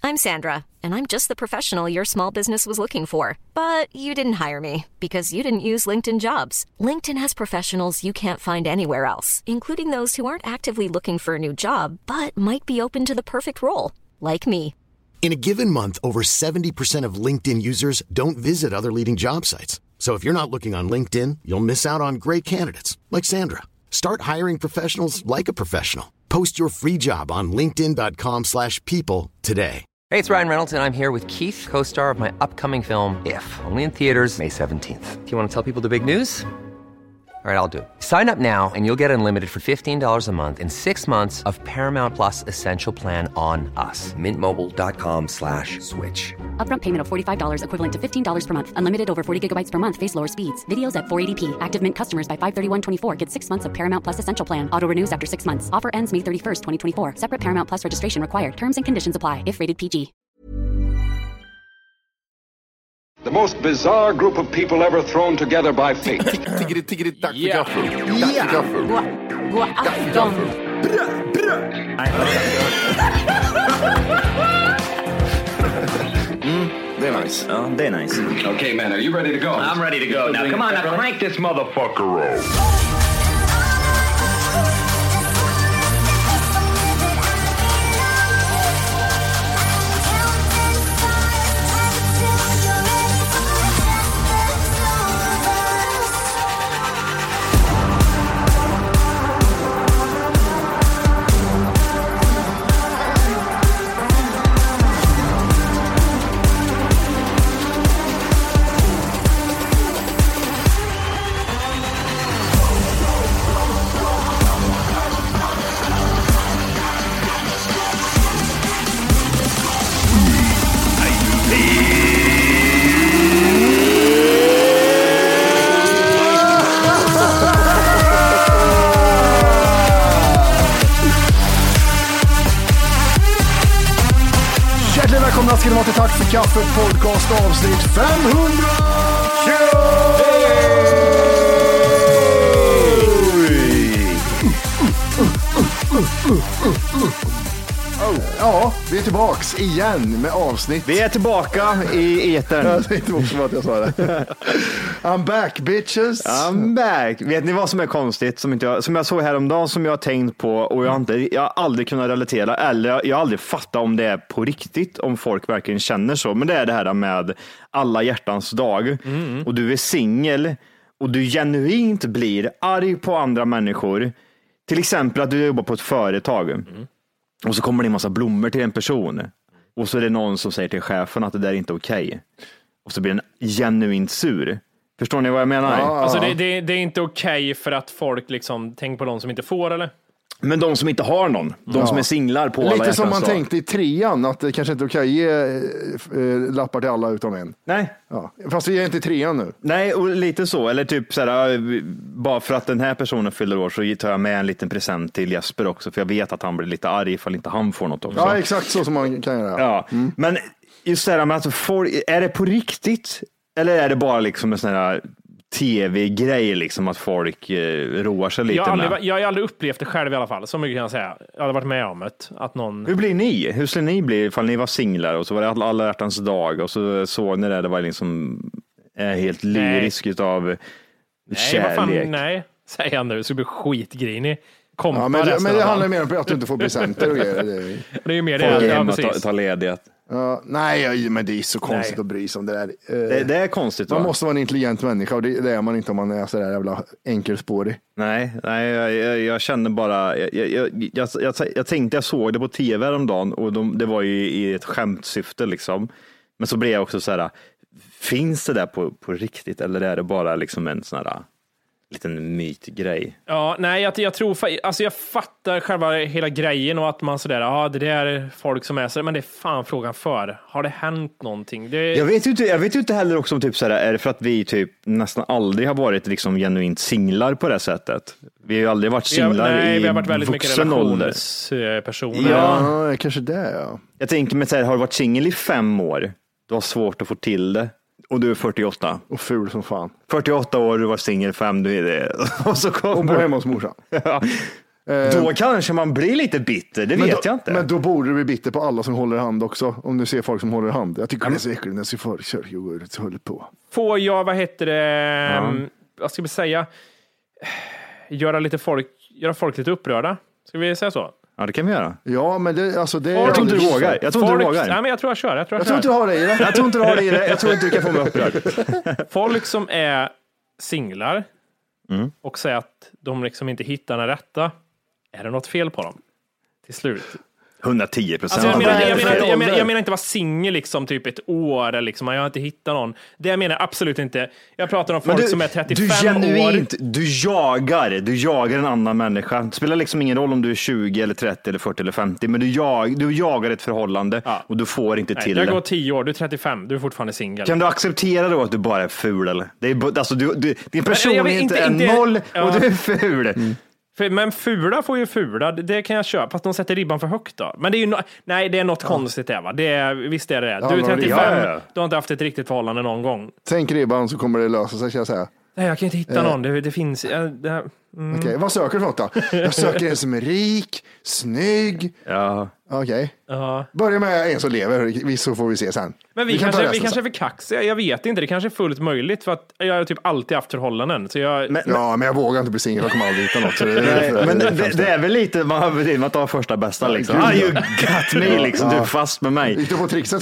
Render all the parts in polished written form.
I'm Sandra, and I'm just the professional your small business was looking for. But you didn't hire me because you didn't use LinkedIn Jobs. LinkedIn has professionals you can't find anywhere else, including those who aren't actively looking for a new job, but might be open to the perfect role, like me. In a given month, over 70% of LinkedIn users don't visit other leading job sites. So if you're not looking on LinkedIn, you'll miss out on great candidates like Sandra. Start hiring professionals like a professional. Post your free job on linkedin.com/people today. Hey, it's Ryan Reynolds, and I'm here with Keith, co-star of my upcoming film, If, only in theaters May 17th. Do you want to tell people the big news? All right, I'll do it. Sign up now and you'll get unlimited for $15 a month and 6 months of Paramount Plus Essential Plan on us. MintMobile.com/switch. Upfront payment of $45 equivalent to $15 per month. Unlimited over 40 gigabytes per month. Face lower speeds. Videos at 480p. Active Mint customers by 531.24 get 6 months of Paramount Plus Essential Plan. Auto renews after 6 months. Offer ends May 31st, 2024. Separate Paramount Plus registration required. Terms and conditions apply if rated PG. The most bizarre group of people ever thrown together by fate. Tiggeri, tack för gaffel. Tack för gaffel. God afton. Det är nice. Ja, det är nice. Okay, man, are you ready to go? I'm ready to go. Now, come on, now crank this motherfucker up. Ska det vara till Tack för kaffet podcast avsnitt 500! Ja, vi är tillbaks igen med avsnitt. Vi är tillbaka i etern. Jag tänkte också att jag sa det. I'm back, bitches. I'm back. Vet ni vad som är konstigt? Som jag såg häromdagen, som jag har tänkt på och jag har aldrig kunnat relatera, eller jag har aldrig fattat om det är på riktigt, om folk verkligen känner så. Men det är det här med alla hjärtans dag. Och du är singel och du genuint blir arg på andra människor. Till exempel att du jobbar på ett företag. Och så kommer det en massa blommor till en person. Och så är det någon som säger till chefen att det där är inte okej. Och så blir den genuint sur. Förstår ni vad jag menar? Ja. Alltså det är inte okej för att folk liksom tänker på de som inte får, eller? Men de som inte har någon. De som är singlar på alla lite som man dag. tänkte i 3:an, att det kanske inte är okej ge lappar till alla utom en. Nej. Ja. Fast vi är inte i 3:an nu. Nej, och lite så. Eller typ såhär, bara för att den här personen fyller år så tar jag med en liten present till Jesper också. För jag vet att han blir lite arg ifall inte han får något också. Ja, exakt så som man kan göra. Ja. Men just det här med att är det på riktigt? Eller är det bara liksom en sån här tv-grej, liksom att folk roar sig lite med? Jag har aldrig upplevt det själv i alla fall. Så mycket kan jag säga. Jag har varit med om att någon... Hur blir ni? Hur skulle ni bli ifall ni var singlar och så var det alla hjärtans dag och så såg ni det var liksom helt lyrisk utav kärlek? Nej, säger jag nu. Det skulle bli skitgrinig. Ja, men det handlar mer om att du inte får presenter och grejer. Det är ju mer det. Ta ledighet. Nej, men det är så konstigt att bry sig om det där. Det är konstigt. Man måste vara en intelligent människa och det är man inte om man är så där jävla enkelspårig. Nej, jag känner bara jag tänkte jag såg det på tv häromdagen och det var ju i ett skämtsyfte liksom. Men så blev jag också så här, finns det där på riktigt eller är det bara liksom en sån här liten mytgrej? Ja, nej, jag tror, alltså jag fattar själva hela grejen och att man sådär, ja, det är folk som är så, men det är fan frågan för. Har det hänt någonting? Jag vet ju inte heller också om typ sådär, är det för att vi typ nästan aldrig har varit liksom genuint singlar på det sättet? Vi har ju aldrig varit singlar vi har varit väldigt mycket relationspersoner. Ja, kanske det, ja. Jag tänker mig såhär, har du varit singel i 5 år? Du har svårt att få till det. Och du är 48. Och ful som fan. 48 år, du var singel 5, du är det. Och så kommer och bor hemma hos morsan. Ja. Då kanske man blir lite bitter, det vet jag inte. Men då borde du bli bitter på alla som håller i hand också. Om du ser folk som håller i hand. Jag tycker det är så äckligt när jag ser folk håller på. Får jag, vad ska vi säga, göra folk lite upprörda? Ska vi säga så? Ja, det kan vi göra. Ja, men jag tror inte du vågar. Nej, men jag tror jag kör. Jag tror inte du har det i det. Jag tror inte du har det i det. Jag tror inte du kan få mig upprörd. Folk som är singlar och säger att de liksom inte hittar den rätta. Är det något fel på dem? Till slut. 110%. Alltså jag menar inte vara singel liksom typ ett år eller liksom, jag har inte hittat någon. Det jag menar absolut inte. Jag pratar om folk som är 35 år. Du jagar en annan människa. Det spelar liksom ingen roll om du är 20 eller 30 eller 40 eller 50, men du jagar ett förhållande och du får inte till det. Jag går 10 år, du är 35, du är fortfarande singel. Kan du acceptera då att du bara är ful eller? Det är, alltså, din personlighet är noll och du är ful. Men fula får ju fula, det kan jag köpa, fast de sätter ribban för högt då. Men det är ju det är något konstigt där, va? Visst är det. Du är 35, du har inte haft ett riktigt förhållande någon gång. Tänk ribban så kommer det lösa sig, ska jag säga. Nej, jag kan inte hitta någon, det finns... Okej, vad söker du för något då? Jag söker en som är rik, snygg. Ja. Okej. Börja med en som lever, så får vi se sen. Men vi kanske är för kaxiga, jag vet inte, det kanske är fullt möjligt för att jag har typ alltid haft förhållanden. Så men jag vågar inte bli singel, jag kommer aldrig hitta något. Så det är väl lite, man tar första bästa liksom. You got me liksom, du är fast med mig. Gick du på trixet?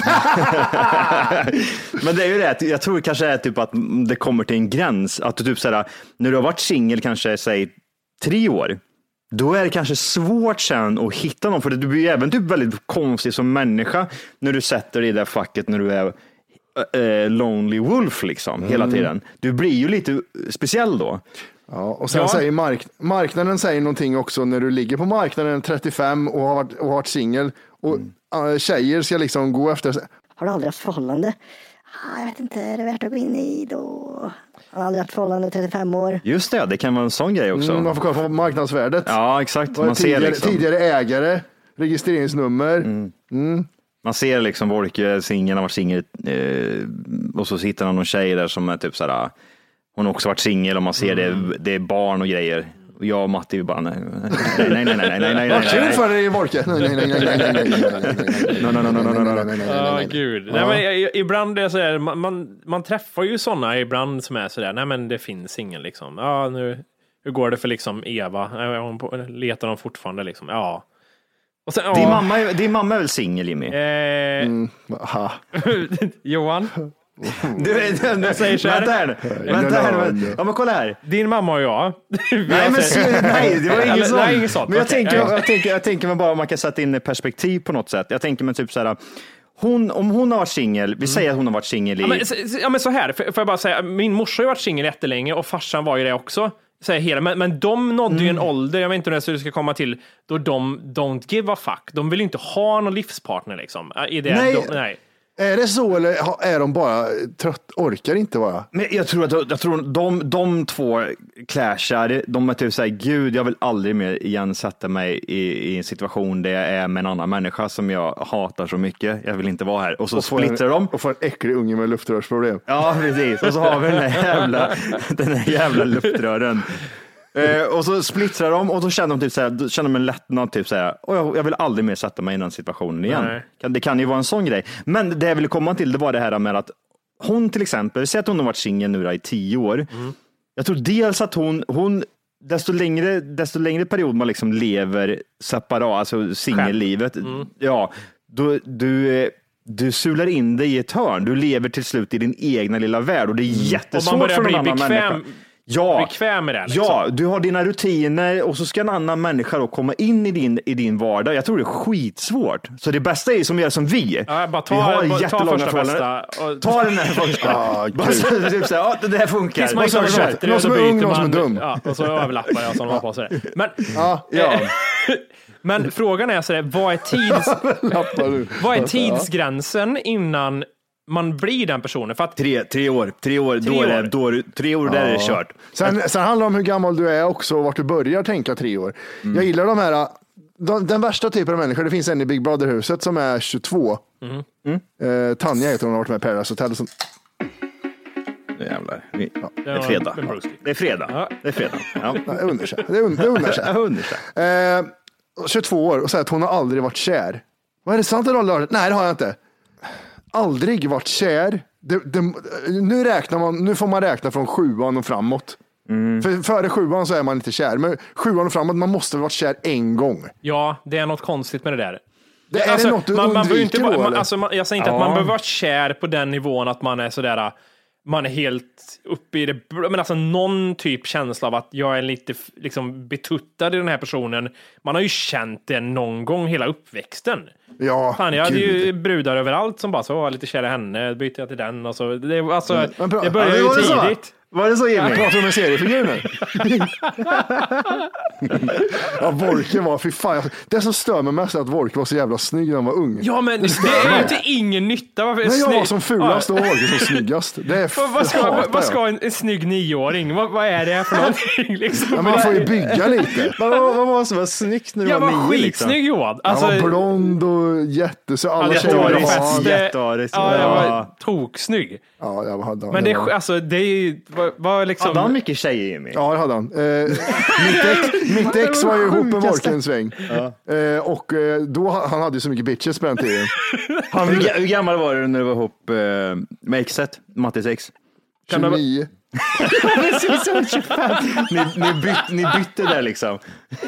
Men det är ju det, jag tror kanske är typ att det kommer till en gräns, att du typ såhär, när du har varit singel kanske, säg 3 år, då är det kanske svårt sen att hitta någon, för du blir ju även typ väldigt konstig som människa när du sätter dig i det facket när du är lonely wolf liksom hela tiden. Du blir ju lite speciell då. Ja, och sen säger marknaden säger någonting också när du ligger på marknaden 35 och har varit singel och tjejer ska liksom gå efter. Har du aldrig haft förhållande? Jag vet inte, är det värt att gå in i då? Han har aldrig haft förhållande 35 år. Just det kan vara en sån grej också. Man får kolla på marknadsvärdet. Ja, exakt. Man ser liksom tidigare ägare, registreringsnummer. Man ser liksom folk singel har varit singel och så sitter någon tjej där som är typ såhär, hon har också varit singel och man ser det är barn och grejer. Och jag och Matti bara nej. Vad kul för dig i Volke. Nej. Gud. Ibland är det så där, man träffar ju såna ibland som är så där, nej men det finns ingen liksom. Ja, nu hur går det för liksom Eva? Letar de fortfarande liksom. Ja. Och sen, din mamma är väl singel, Jimmy? Johan. Du säger så här. Vänta här. Ja, men kolla här. Din mamma och jag. Nej, det var inget sånt. Nej, inget sånt. Men jag tänker mig bara om man kan sätta in perspektiv på något sätt. Jag tänker mig typ så här. Om hon har varit singel, vi säger att hon har varit singel i... Ja, men så här, får jag bara säga, min morsa har varit singel jättelänge och farsan var ju det också. Men de nådde ju en ålder, jag vet inte hur det ska komma till, då de don't give a fuck. De vill inte ha någon livspartner liksom. Nej. Är det så eller är de bara trött, orkar inte bara? Men jag tror de två clashar, de är typ såhär, gud jag vill aldrig mer igen sätta mig i en situation där jag är med en annan människa som jag hatar så mycket, jag vill inte vara här. Och så splittrar de. Och får en äcklig unge med luftrörsproblem. Ja precis, och så har vi den här jävla luftrören. Och så splittrar de och då känner de typ såhär, känner de en lättnad typ såhär, och jag vill aldrig mer sätta mig i den situationen igen. Det kan ju vara en sån grej. Men det jag ville komma till, det var det här med att hon till exempel, säg att hon har varit singel nu i 10 år. Jag tror dels att hon desto längre period man liksom lever separat, alltså singellivet, ja, du sular in dig i ett hörn. Du lever till slut i din egna lilla värld och det är jättesvårt för någon annan människa. Bekväm med det liksom. Ja, du har dina rutiner och så ska en annan människa då komma in i din vardag. Jag tror det är skitsvårt. Så det bästa är som vi gör som vi. Ja, vi har jättelånga förhållanden. Ta den här första. Det där funkar. Någon som är ung, någon som är dum. Ja, och så överlappar jag som har på sig. Men frågan är så där, vad är tidsgränsen innan man blir den personen? För att 3 år, där är det kört. Sen handlar det om hur gammal du är också och vart du börjar tänka 3 år. Jag gillar de här, den värsta typen av människor. Det finns en i Big Brother-huset som är 22. Tanja heter hon, har varit med i Paradise Hotel. jävlar. Det är fredag. Det är fredag. Ja. Det är fredag. Ja. Det undrar sig. 22 år och säger att hon har aldrig varit kär. Vad är det sant eller aldrig? Nej, det har jag inte. Aldrig varit kär. Nu får man räkna från 7:an och framåt. För före 7:an så är man inte kär. Men 7:an och framåt, man måste ha varit kär en gång. Ja, det är något konstigt med det där. Är det något du undviker då? Jag säger inte att man behöver vara kär på den nivån att man är sådär, man är helt uppe i det, men alltså någon typ känsla av att jag är lite liksom betuttad i den här personen. Man har ju känt det någon gång hela uppväxten. Ja, fan, jag hade ju brudar överallt som bara så, lite kär i henne, byter jag till den och så. Det börjar ju tidigt. Var det så, Jimmy? Jag pratar om en seriefigur nu. Ja, Wolke var, fy fan. Det som stör mig mest är att Wolke var så jävla snygg när han var ung. Ja, men det är ju till ingen nytta. När jag var som fulast och Wolke som snyggast. Det är vad ska en snygg 9-åring? Vad är det för någonting? Liksom? Ja, man får ju bygga lite. Vad var som var snyggt när du var 9? Jag var skitsnygg, Johan. Alltså, han var blond och så alla tjejer jättearigt. Ja, jag var toksnygg. Ja, jag hade. Men det var liksom... Hade han mycket tjejer, Jimmy? Ja, det hade han. Mitt ex var ju ihop med Wolke en sväng. Ja. Och då han hade ju så mycket bitches på den tiden. Hur gammal var du när du var ihop med exet, Mattis ex? 29. Ni bytte där liksom.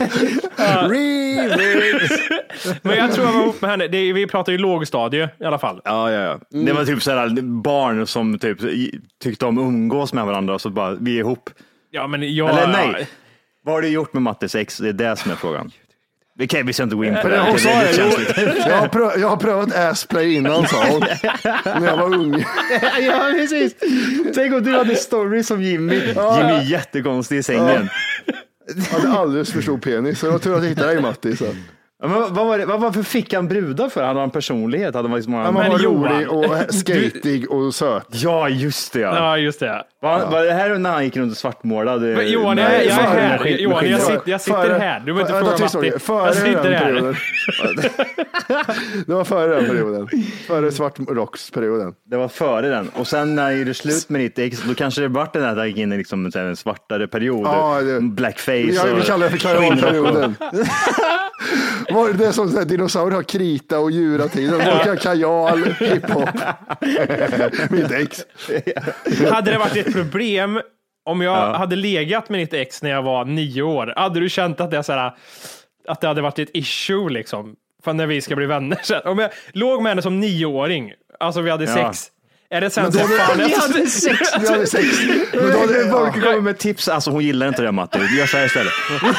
Men jag tror jag var ihop med henne. Vi pratar ju lågstadie i alla fall. Ja. Det var typ sådär barn som typ tyckte om umgås med varandra, så bara vi är ihop. Ja, men eller nej. Vad har du gjort med Mattis ex? Det är det som är frågan. Vi ska inte gå in på det. Jag har prövat assplay innan, sa hon. När jag var ung. Ja, precis. Tänk om du hade story som Jimmy. Jimmy är jättekonstig i sängen. Jag hade alldeles för stor penis, så jag tror att jag hittade dig, Matti. Så. Men varför fick han brudar för? Hade han personlighet? Hade man liksom han var rolig och skatig och söt. Ja, just det. Ja, just det. Var det här när han gick runt och svartmålade? Johan, jag är här. Johan, jag sitter här. Du behöver inte fråga Matti. Jag sitter här. Det var före den perioden. Före svartrocksperioden. Det var före den. Och sen när det är slut med ditt ex, då kanske det vart den här gick in i liksom en svartare period. Ja, blackface. Vi kallar det för kajalperioden. Var det som så här, dinosaurier har krita och djuratiden? Folk har kajal, hiphop. Mitt ex. Hade det varit ett problem om jag hade legat med mitt ex när jag var 9 år? Hade du känt att det hade varit ett issue liksom? För när vi ska bli vänner sen. Om jag låg med henne som 9-åring, alltså vi hade sex. Är det sen så fan? Vi hade sex. Men då hade folk kommit med tips. Alltså hon gillar inte det, Matti. Gör så här istället.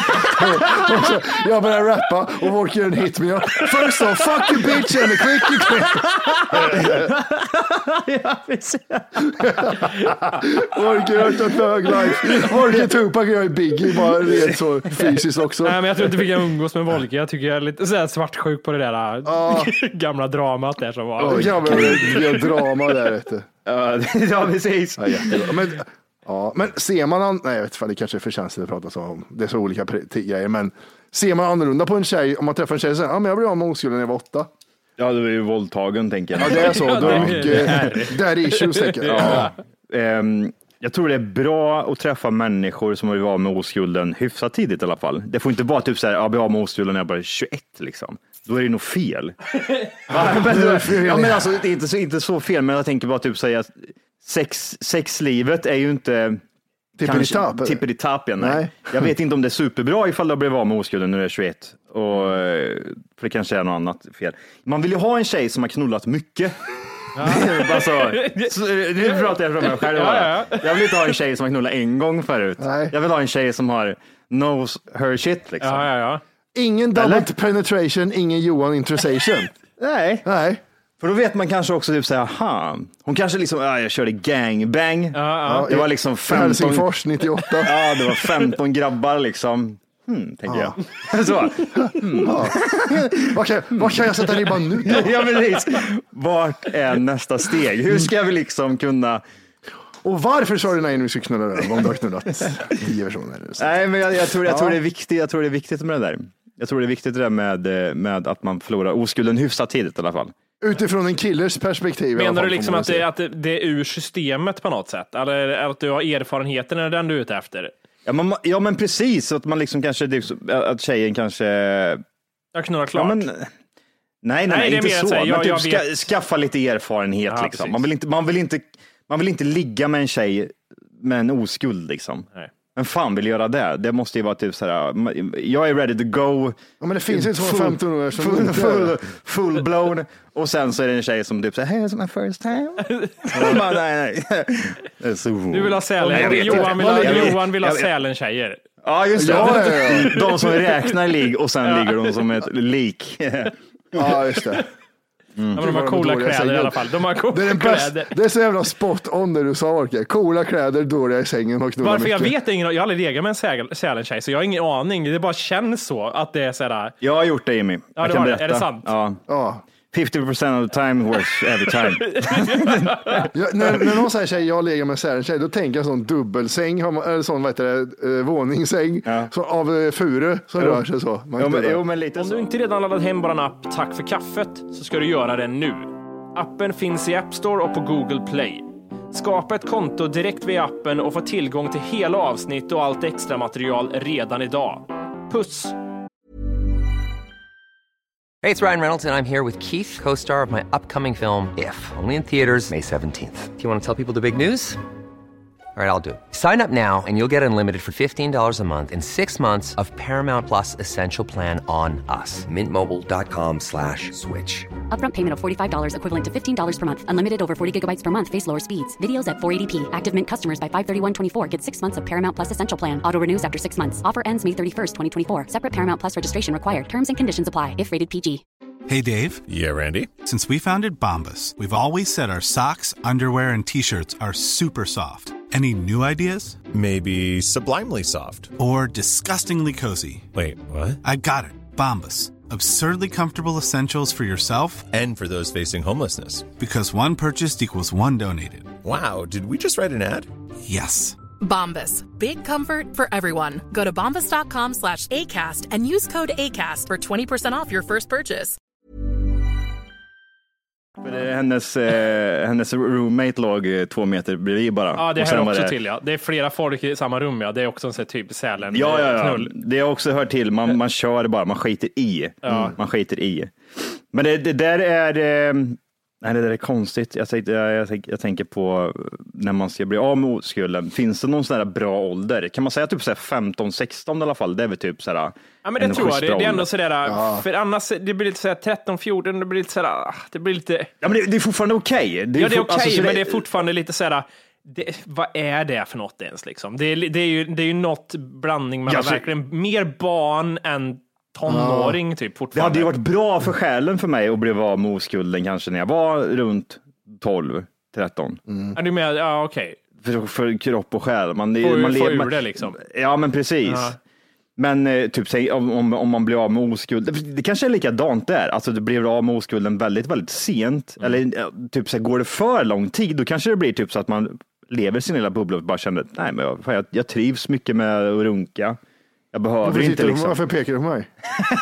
Jag börjar rappa och folk gör en hit med. First off, fuck you bitch and a quick you quick. Folk gör ett Thug Life. Volke Tupac gör Biggie bara rent så fysiskt också. Nej, men jag tror inte vi kan umgås med Volke. Jag tycker jag är lite så här svartsjuk på det där gamla dramat där som var. Vi har drama där. Ja, precis. Men ser man, nej jag vet inte, det kanske är för känsligt att prata så om. Det är så olika grejer, men ser man annorlunda på en tjej, om man träffar en tjej och säger, men jag blev av med oskulden när jag var 8. Ja, du är ju våldtagen, tänker jag. Ja, det är så. Då är mycket, där är issues, tänker jag. Jag tror det är bra att träffa människor som vill vara med oskulden hyfsat tidigt i alla fall. Det får inte vara typ så här, jag blir av med oskulden när jag bara är 21 liksom. Då är det nog fel. Men alltså, det är inte så fel, men jag tänker bara typ säga att sexlivet är ju inte tippelitappen. Nej. Jag vet inte om det är superbra ifall du blir av med oskulden när du är 21. För det kanske är något annat fel. Man vill ju ha en tjej som har knullat mycket. Alltså, nu pratar jag från mig själv. Jag vill inte ha en tjej som har knullat en gång förut. Nej. Jag vill ha en tjej som har knows her shit liksom. Ingen double penetration, ingen Johan intrusion. Nej. För då vet man kanske också typ såhär, hon kanske liksom, jag körde gangbang. Det var liksom 15. Helsingfors 98. Ja, det var 15 grabbar liksom. Tänker jag. Så. Vad kan jag sätta ribban nu? Ja, precis. Vart är nästa steg? Hur ska vi liksom kunna... Och varför sa du nej när vi skulle knulla det? Om du har knullat 10 personer? Nej, men jag tror det är viktigt. Jag tror det är viktigt med det där. Jag tror det är viktigt det där med att man förlorar oskulden hyfsat tidigt i alla fall. Utifrån en killers perspektiv. Menar du liksom att det är ur systemet på något sätt? Eller att du har erfarenheten, är den du är ute efter? Ja, men precis. Att man liksom kanske, att tjejen kanske... Jag knullar klart. Ja, men... Nej, inte så. Men typ skaffa lite erfarenhet. Ja, liksom. Man vill inte ligga med en tjej med en oskuld. Liksom. Nej. Men fan vill göra det? Det måste ju vara typ såhär, jag är ready to go. Ja, men det finns ju 15 år som full blown. Och sen så är det en tjej som typ säger, hey, it's my first time. nej. Det är så... Du vill ha sälen. Johan vill ha sälen tjejer. Ja, just det. Ja. De som räknar ligg och sen ligger de som ett lik. Ja, just det. Ja, men de har coola kläder i alla fall. Det är så jävla spot on det du sa, Orke. Coola kläder, dåliga i sängen och knulla mycket. Jag vet jag har aldrig legat med en sälen-tjej, så jag har ingen aning. Det bara känns så att det är sådär. Jag har gjort det, Jimmy. Ja, jag kan berätta. Är det sant? Ja. 50% of the time works every time. när någon säger tjej, jag lägger med sälen-tjej, då tänker jag sån dubbelsäng, eller sån, vad heter det, våningssäng så, av furu som rör sig så. Men lite om du inte redan laddat hem bara en app Tack för kaffet, så ska du göra det nu. Appen finns i App Store och på Google Play. Skapa ett konto direkt via appen och få tillgång till hela avsnitt och allt extra material redan idag. Puss! Hey, it's Ryan Reynolds, and I'm here with Keith, co-star of my upcoming film, If, only in theaters May 17th. Do you want to tell people the big news? All right, I'll do it. Sign up now and you'll get unlimited for $15 a month and 6 months of Paramount Plus Essential Plan on us. MintMobile.com/switch. Upfront payment of $45 equivalent to $15 per month. Unlimited over 40 gigabytes per month. Face lower speeds. Videos at 480p. Active Mint customers by 531.24 get 6 months of Paramount Plus Essential Plan. Auto renews after 6 months. Offer ends May 31st, 2024. Separate Paramount Plus registration required. Terms and conditions apply if rated PG. Hey, Dave. Yeah, Randy. Since we founded Bombas, we've always said our socks, underwear, and T-shirts are super soft. Any new ideas? Maybe sublimely soft. Or disgustingly cozy. Wait, what? I got it. Bombas. Absurdly comfortable essentials for yourself and for those facing homelessness. Because one purchased equals one donated. Wow, did we just write an ad? Yes. Bombas. Big comfort for everyone. Go to bombas.com/ACAST and use code ACAST for 20% off your first purchase. Hennes roommate låg 2 meter bredvid bara. Ja, det hör också till, ja. Det är flera folk i samma rum, ja. Det är också en sån typ sälen. Ja. Det har också hört till. Man kör bara, man skiter i. Man skiter i. Men det där är... Nej, det där är konstigt. Jag tänker på när man ska bli av med oskulden. Finns det någon sån där bra ålder? Kan man säga typ 15-16 i alla fall? Det är väl typ sådär. Ja, men det tror jag. Det är ändå sådär. För annars det blir lite sådär 13-14. Det blir lite sådär. Det blir lite. Ja, men det är fortfarande okej. Ja, det är okej, men det är fortfarande lite sådär. Vad är det för något ens liksom? Det är ju något blandning mellan verkligen mer barn än tonåring typ fortfarande. Det hade ju varit bra för själen för mig att bli av med oskulden kanske när jag var runt 12-13. Är du med? Ja, okej. För kropp och själ. Man får ur det liksom. Ja, men precis. Men typ säg om man blir av med oskuld. Det kanske är likadant där. Alltså du blir av med oskulden väldigt, väldigt sent. Eller typ så går det för lång tid, då kanske det blir typ så att man lever sin lilla bubbla och bara känner nej, men jag trivs mycket med att runka. Jag behöver inte liksom. Varför pekar du på mig?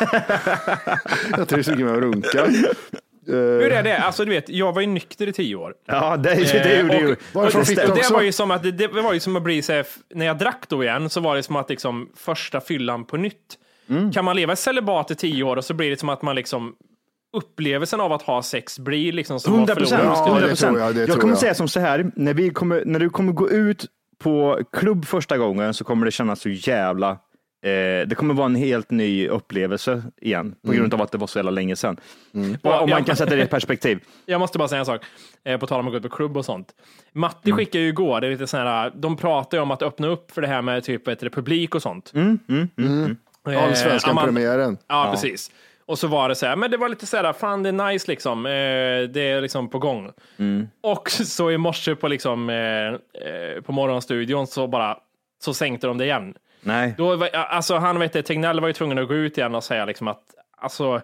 Jag trivs mycket med att runka. Hur är det? Alltså du vet, jag var ju nykter i 10 år. Ja, det gjorde ju. Det var ju som att det var ju som att bli så här, när jag drack då igen så var det som att liksom första fyllan på nytt. Kan man leva i celibat i 10 år och så blir det som att man liksom upplevelsen av att ha sex blir liksom som 100%. Jag kommer säga som så här, när du kommer gå ut på klubb första gången så kommer det kännas så jävla det kommer vara en helt ny upplevelse igen på grund av att det var så jävla länge sedan. Om man kan sätta det i perspektiv. Jag måste bara säga en sak på tal om att gå ut på klubb och sånt. Matti skickade ju igår, det är lite sån här, de pratar ju om att öppna upp för det här med typ ett republik och sånt. Allsvenskan premiären. Ja, precis. Och så var det så här, men det var lite så här, fan det är nice liksom, det är liksom på gång. Och så i morse på liksom på morgonstudion så sänkte de det igen. Nej. Då, alltså han Tegnell var ju tvungen att gå ut igen och säga liksom att alltså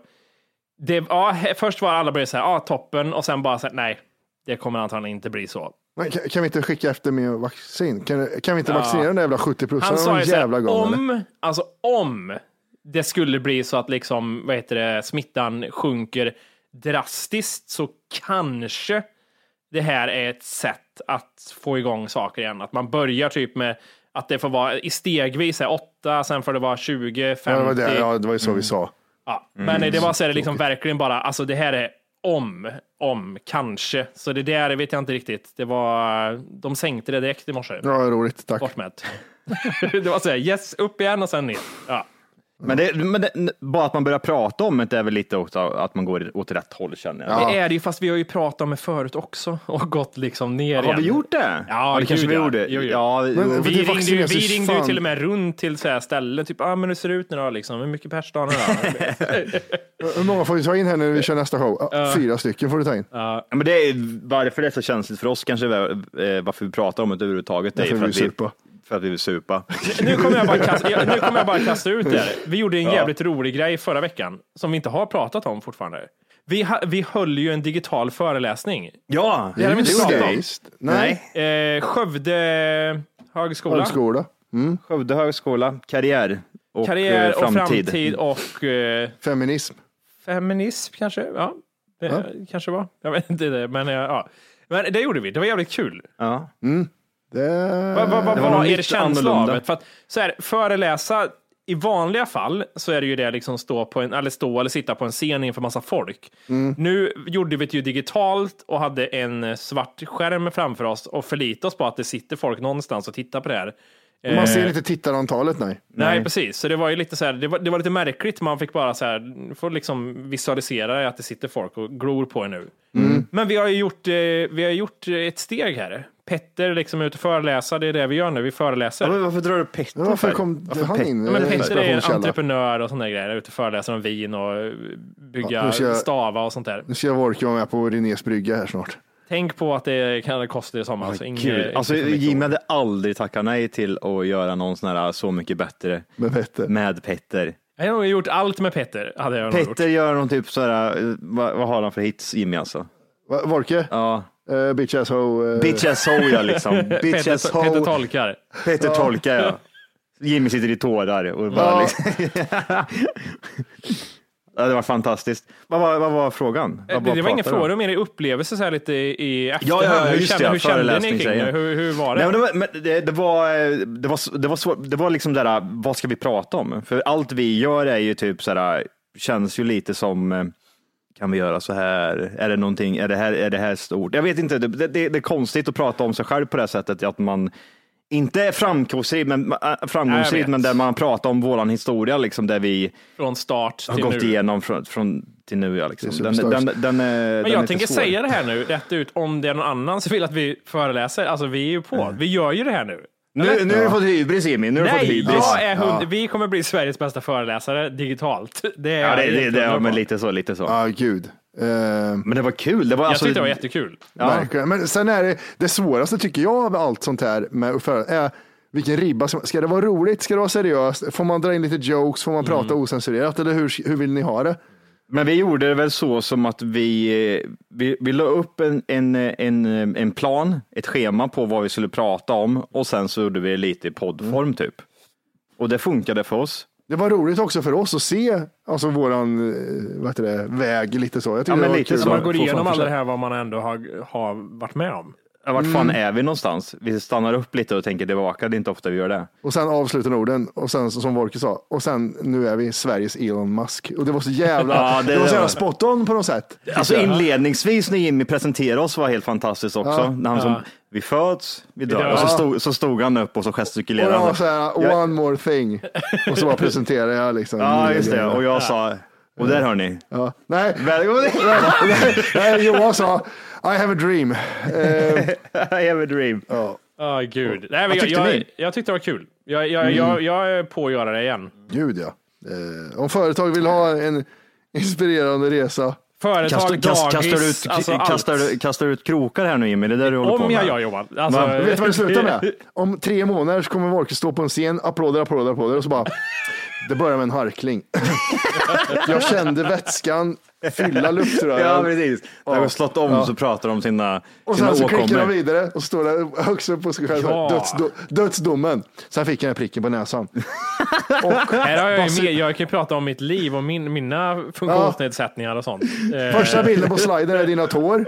först var alla började säga toppen och sen bara säga nej, det kommer antagligen inte bli så. Men kan vi inte skicka efter med vaccin? Kan vi inte vaccinera den jävla 70%? Han sa ju om det skulle bli så att liksom smittan sjunker drastiskt så kanske det här är ett sätt att få igång saker igen. Att man börjar typ med att det får vara i stegvis 8, sen får det vara 20, 50. Det var ju så vi sa. Ja, men det var så är det liksom verkligen bara, alltså det här är kanske. Så det där vet jag inte riktigt. Det var, de sänkte det direkt i morse. Ja, roligt, tack. Bortmätt. Det var så här, yes, upp igen och sen ner. Ja. Men bara att man börjar prata om det är väl lite också att man går åt rätt håll, känner jag. Ja. Det är det ju, fast vi har ju pratat om det förut också och gått liksom ner igen. Har vi gjort det? Ja, det kanske vi gjorde. Ja, vi ringde ju till och med runt till så här ställen, typ, men hur ser det ut nu då liksom? Hur mycket pers då? Hur många får vi ta in här när vi kör nästa show? 4 stycken får du ta in. Men det är varför det är så känsligt för oss kanske, varför vi pratar om det överhuvudtaget. Det är för att vi vill supa. Nu kommer jag bara kasta ut det. Vi gjorde en jävligt rolig grej förra veckan som vi inte har pratat om fortfarande. Vi höll ju en digital föreläsning. Ja, det har vi inte pratat om. Nej. Skövde högskola. Skövde högskola, karriär och framtid och feminism. Feminism kanske, kanske var. Jag vet inte det, men men det gjorde vi. Det var jävligt kul. Ja. Vad var er känsla av det? För att så här, föreläsa i vanliga fall så är det ju det liksom stå eller sitta på en scen inför massa folk. Nu gjorde vi det ju digitalt och hade en svart skärm framför oss och förlita oss på att det sitter folk någonstans och tittar på det här. Man ser inte tittarantalet, nej, precis. Så det var ju lite så här, det var lite märkligt. Man fick bara så här, får liksom visualisera att det sitter folk och glor på nu. Men vi har gjort ett steg här. Petter liksom är ute och föreläsa, det är det vi gör nu, vi föreläser. Ja, varför drar du Petter? Varför kom han in? Men Petter är en entreprenör och sådana grejer, ute och föreläser om vin och bygga stava och sånt där. Nu ska jag orka vara med på Renés brygga här snart. Tänk på att det kan kosta i sommar. Alltså Jimmy hade aldrig tackat nej till att göra någon sån här Så mycket bättre med Petter. Jag har nog gjort allt med Petter. Petter gör någon typ sådär, vad har han för hits, Jimmy alltså? Vorke? Ja. Bitch as ho. Bitch as ho, ja liksom. Bitch as ho. Petter tolkar. Petter tolkar, ja. Jimmy sitter i tårar och bara liksom. Ja, det var fantastiskt. Vad var frågan? Det var ingen fråga, mer i upplevelse så här lite i efterhand. Ja, hur kände ni kring det? Hur var det? Nej, det var svårt. Det var liksom där, vad ska vi prata om? För allt vi gör är ju typ så här, känns ju lite som, kan vi göra så här? Är det någonting? Är det här stort? Jag vet inte. Det är konstigt att prata om sig själv på det sättet, att man inte är framgångsrik, men där man pratar om våran historia, liksom, där vi från start har till gått nu. Igenom från till nu. Ja, liksom. Men jag tänker säga det här nu rätt ut, om det är någon annan som vill att vi föreläser. Alltså vi är ju på. Vi gör ju det här nu. Nu har du fått hybris, Jimmy. Vi kommer bli Sveriges bästa föreläsare digitalt. Men lite så. Ja, gud. Men det var kul. Jag tyckte det var jättekul. Ja. Men sen är det svåraste, tycker jag, av allt sånt här med är vilken ribba. Ska det vara roligt? Ska det vara seriöst? Får man dra in lite jokes? Får man prata osensurerat? Eller hur vill ni ha det? Men vi gjorde det väl så som att vi la upp en plan, ett schema på vad vi skulle prata om, och sen så gjorde vi lite i poddform typ. Och det funkade för oss. Det var roligt också för oss att se alltså våran väg lite så. Jag men lite som man går igenom allt det här vad man ändå har varit med om. Vart fan är vi någonstans? Vi stannar upp lite och tänker tillbaka, det är inte ofta vi gör det. Och sen avslutar orden, och sen som Vorke sa, och sen nu är vi Sveriges Elon Musk. Och det var så jävla, det var så jävla spot on på något sätt. Alltså inledningsvis när Jimmy presenterade oss var helt fantastiskt också. När han som, vi föds, vi dör. Och så stod han upp och så gestikulerade. Och jag var så här, one more thing. Och så bara presenterade jag liksom. Ja, just det. Och jag sa, och där hör ni. Ja. Nej, Johan sa, I have a dream. I have a dream. Gud. Nej, jag tyckte det var kul. Jag är på att göra det igen. Gud, ja. Om företag vill ha en inspirerande resa. Kastar ut krokar här nu, Jimmy. Det är där du håller på med. Om jag gör, Johan. Alltså, vet du vad det slutar med? Om 3 månader så kommer Vorke stå på en scen, applåder och så bara, det börjar med en harkling. Jag kände vätskan fylla luftrören. Ja, precis. När jag slått om så pratar de om sina och sen så klickar de vidare och står där högst upp på sig själv. Dödsdomen. Sen fick jag den pricken på näsan. Här har jag kan prata om mitt liv och mina funktionsnedsättningar och sånt. Första bilden på sliden är dina tår.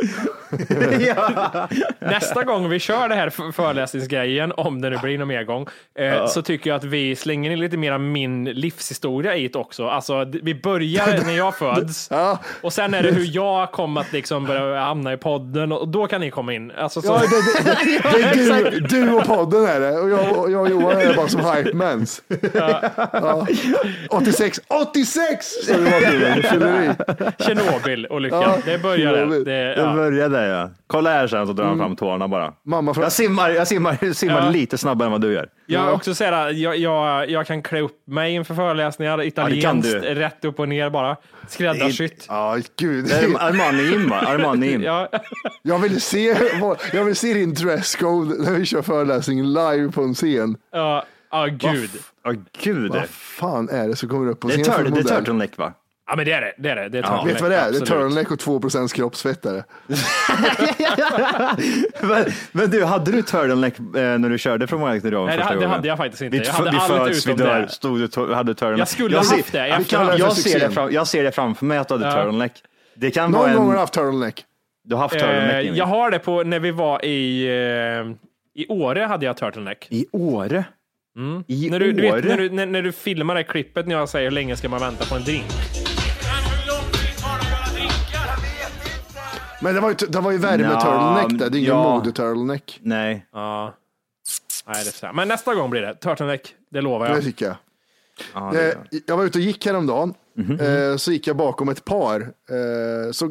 Nästa gång vi kör det här föreläsningsgrejen, om det nu blir någon mer gång, så tycker jag att vi slänger in lite mer av min livshistoria i det också. Alltså, vi börjar när jag föds och sen är det hur jag kommer att liksom börja hamna i podden och då kan ni komma in. Alltså, så... det är du och podden är det och jag och Johan är bara som hype mans. 86 så det var Tjernobyl-olyckan. Det började. Det började, ja. Kolla här sen så drar han fram tårna bara. Jag simmar lite snabbare än vad du gör. Jag också säger jag kan klä upp mig inför föreläsningar italienskt, rätt upp och ner bara. Skräddarsytt. Gud. Armani. Ja. Jag vill se din dresscode när vi kör föreläsning live på en scen. Gud. Vad fan är det som kommer upp på scen? Det är turtleneck, va? Ja, men det är det. Vet du vad det är? Det är turtleneck och 2% kroppsfettare. men du, hade du turtleneck när du körde från Mark? Nej, det hade jag faktiskt inte. Jag hade allt utom det. Hade turtleneck. Jag skulle ha haft det. Jag ser det framför mig att du hade turtleneck. Det kan någon gång har du haft turtleneck. Du har haft turtleneck. Jag har det på när vi var i Åre hade jag turtleneck. I Åre? När du filmar det klippet när jag säger hur länge ska man vänta på en drink. Men det var ju värme-turtleneck där. Det är ingen mode-turtleneck. Nej. Nej, det är så. Men nästa gång blir det turtleneck. Det lovar jag. Det tycker jag. Jag var ute och gick häromdagen. Så gick jag bakom ett par. Så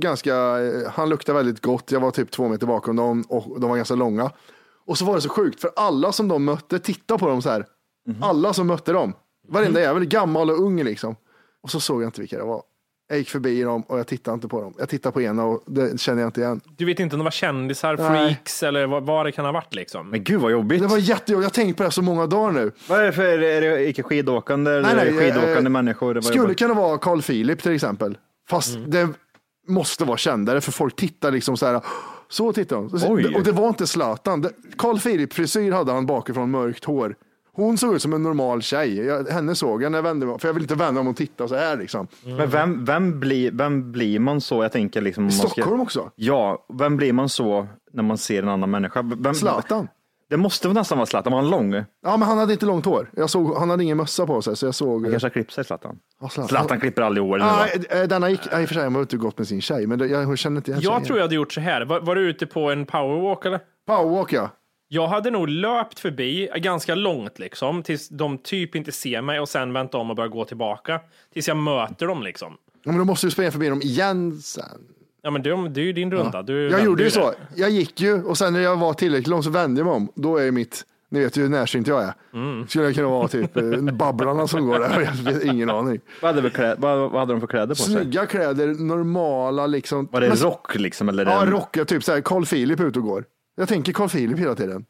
han luktade väldigt gott. Jag var typ 2 meter bakom dem och de var ganska långa. Och så var det så sjukt för alla som de mötte tittade på dem så här. Alla som mötte dem. Varenda jävel, gammal och ung liksom. Och så såg jag inte vilka det var. Jag gick förbi dem och jag tittade inte på dem. Jag tittade på ena och det kände jag inte igen. Du vet inte om det var kändisar, freaks eller vad det kan ha varit liksom. Men gud vad jobbigt. Det var jättejobbigt. Jag har tänkt på det så många dagar nu. Vad är det för, är det icke skidåkande eller skidåkande människor? Skulle kunna vara Carl Philip till exempel. Fast det måste vara kändare för folk tittar liksom så här. Så tittar de. Och det var inte Zlatan. Carl Philip frisyr hade han bakifrån, mörkt hår. Hon såg ut som en normal tjej. Henne såg jag när jag vände mig. För jag vill inte vända mig och titta så här liksom. Men vem blir man så? Jag tänker liksom. Stockholm också? Ja, vem blir man så när man ser en annan människa? Zlatan. Det måste väl nästan vara Zlatan. Var han lång? Ja, men han hade inte långt hår. Han hade ingen mössa på sig. Så jag såg... Han kanske har klippt sig, Zlatan. Zlatan klipper aldrig hår. Denna gick, i och för sig, han var ute och gått med sin tjej. Men jag känner inte igen. Jag tror jag hade gjort så här. Var du ute på en powerwalk eller? Powerwalk, ja. Jag hade nog löpt förbi ganska långt liksom. Tills de typ inte ser mig. Och sen vänta om och börja gå tillbaka. Tills jag möter dem liksom. Ja, men då måste du springa förbi dem igen sen. Ja, men det är ju din runda. Ja. Jag gjorde ju så. Jag gick ju och sen när jag var tillräckligt lång så vände jag mig om. Då är mitt, ni vet ju hur närsynt jag är. Skulle jag kunna vara typ babblarna som går där. Jag vet ingen aning. Vad hade de för kläder på sig? Snygga kläder, normala liksom. Var det rock liksom? Eller ja, rock. Typ så här, Carl Philip ut och går. Jag tänker Carl Philip hela tiden.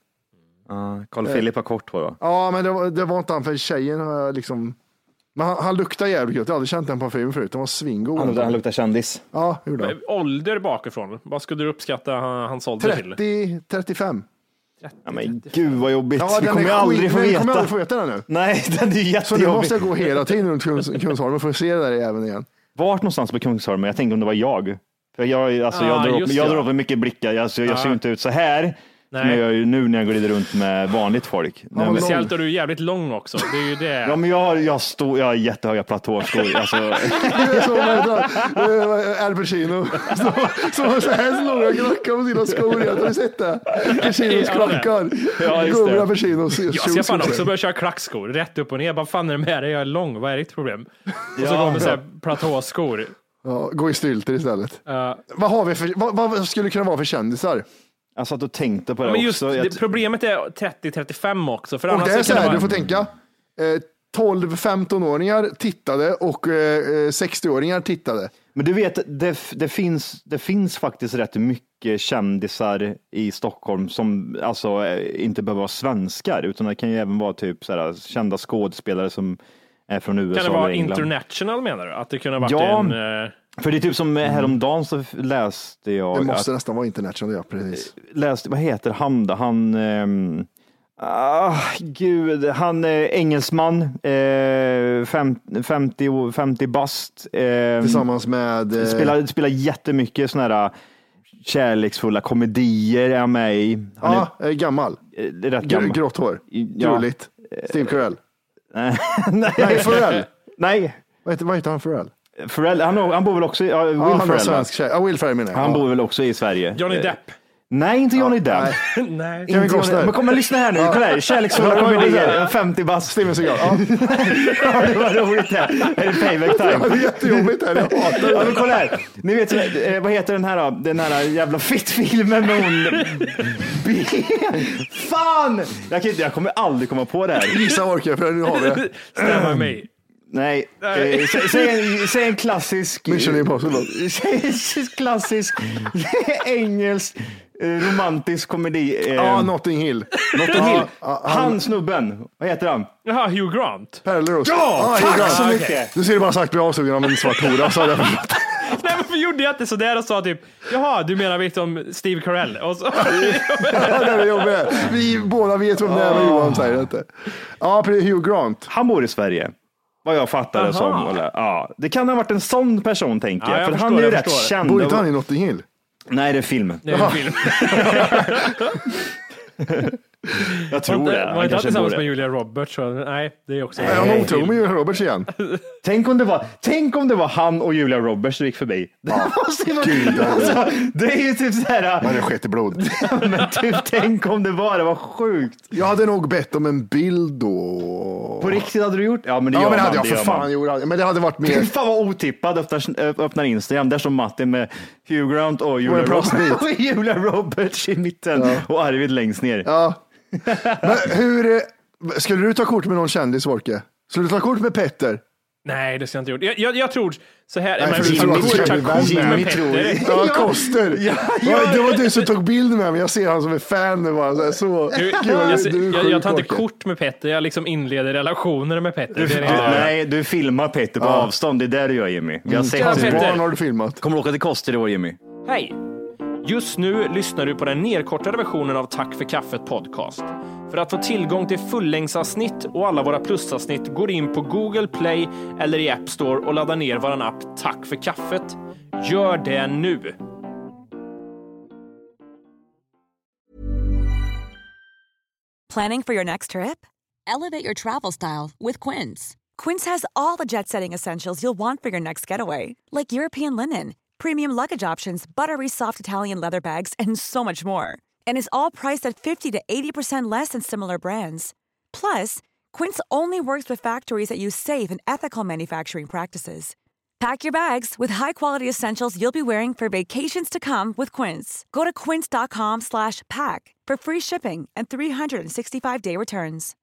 Carl Philip har kort hår va? Ja, men det var inte han för tjejen liksom. Men han luktar jävligt gott. Jag hade aldrig känt den parfymen förut. Den var svingod. Han luktar kändis. Ja, gjorde han. Ålder bakifrån. Vad skulle du uppskatta hans ålder till? 35. Ja, men gud vad jobbigt. Ja, det kommer jag aldrig få veta. Jag kommer aldrig få veta den nu. Nej, den är jättejobbig. Så nu måste jag gå hela tiden runt Kungsholmen för att se det där även igen. Vart någonstans på Kungsholmen? Jag tänkte om det var jag. För jag drar upp mycket blickar. Jag ser inte ut så här. Som jag gör ju nu när jag går runt med vanligt folk. Speciellt är du jävligt lång också. Det är ju det. Ja, men jag har jättehöga platåskor. Alltså. Al Pacino. Som har så här långa klackar på sina skor. Har du sett det? Pacinos klackar. Ja, just det. Pacinos. Jag ska fan också börja köra klackskor. Rätt upp och ner. Vad fan är det med det? Jag är lång. Vad är ditt problem? Och så går med så här platåskor. Ja, gå i stylter istället. Vad har vi vad skulle det kunna vara för kändisar? Jag satt och tänkte på det men också. Problemet är 30-35 också. För och det är så här, du får tänka. 12-15-åringar tittade och 60-åringar tittade. Men du vet, det finns faktiskt rätt mycket kändisar i Stockholm som alltså inte behöver vara svenskar, utan det kan ju även vara typ så här, kända skådespelare som är från USA. Kan det vara eller England. International menar du? Att det kunde ha varit för det är typ som häromdagen så läste jag. Det måste nästan vara international, ja, precis. Vad heter han då? Gud, han är engelsman, 50 bast. Tillsammans med... Spelar jättemycket såna här kärleksfulla komedier är han med i. Han är gammal. Rätt gammal. Grått hår. Gulligt. Steve Carell. Nej, Farrell. Nej. Vad heter han Farrell? Farrell, han bor väl också i... Will han är svensk tjej. Will Ferrell menar jag. Han bor väl också i Sverige. Johnny Depp. Nej, inte Johnny Depp. Nej. Men kom och lyssna här nu. Kolla här. Kärleksfulla komedier. 50 bast. Steven Seagal. Det var roligt här. Är det payback time? Det är jättejobbigt här. Jag hatar det. Men kolla här. Ni vet, vad heter den här jävla fittfilmen med hon... Fan! Jag kommer aldrig komma på det här. Gissa orkar för nu har vi det. Stämmer mig. Nej, säg en klassisk... Mission Impossible. Klassisk engelsk romantisk komedi. Notting Hill. Han snubben, vad heter han? Jaha, Hugh Grant. Perleros. Ja, tack så mycket. Du ser bara sagt bli avsugen av en svart hora, så hade jag förstått. Nej, men för gjorde jag inte så där och sa typ, jaha, du menar vet om Steve Carell? Och så... Vi båda vet vem det är, men Johan säger det inte. Ja, Hugh Grant. Han bor i Sverige. Vad jag fattar det som. Eller, det kan ha varit en sån person, tänker jag. För han är ju rätt känd. Bor inte han i Notting Hill? Nej, det är film. Det är en film. Jag tror det. Var inte han tillsammans med Julia Roberts? Nej, det är också... Jag var otrogen med Julia Roberts igen. Tänk om det var han och Julia Roberts som gick förbi. Det är ju typ så här... Men det skett i blod. Men typ, tänk om det var sjukt. Jag hade nog bett om en bild då. På riktigt hade du gjort? Ja, men det hade jag för fan gjort. Men det hade varit mer... Fan vad otippad. Öppnar Instagram. Där står Martin med Hugh Grant och Julia Roberts i mitten. Och Arvid längst ner. Ja. Men skulle du ta kort med någon kändis, Wolke? Skulle du ta kort med Petter? Nej, det ska jag inte gjort. Jag tror så här. Nej, Jimmy tror. Ja, Koster. Det var du som tog bild med mig. Jag ser han som är fan nu bara. Jag tar inte kort med Petter. Jag liksom inleder relationer med Petter. Nej, du filmar Petter på avstånd. Det är där du gör, Jimmy. Vi har sett hur barn har du filmat. Kommer åka till Koster i år, Jimmy. Hej! Just nu lyssnar du på den nedkortade versionen av Tack för kaffet podcast. För att få tillgång till fullängdsavsnitt och alla våra plusavsnitt går in på Google Play eller i App Store och laddar ner våran app Tack för kaffet. Gör det nu! Planning for your next trip? Elevate your travel style with Quince. Quince has all the jet-setting essentials you'll want for your next getaway, like European linen, premium luggage options, buttery soft Italian leather bags, and so much more. And is all priced at 50 to 80% less than similar brands. Plus, Quince only works with factories that use safe and ethical manufacturing practices. Pack your bags with high-quality essentials you'll be wearing for vacations to come with Quince. Go to quince.com/pack for free shipping and 365-day returns.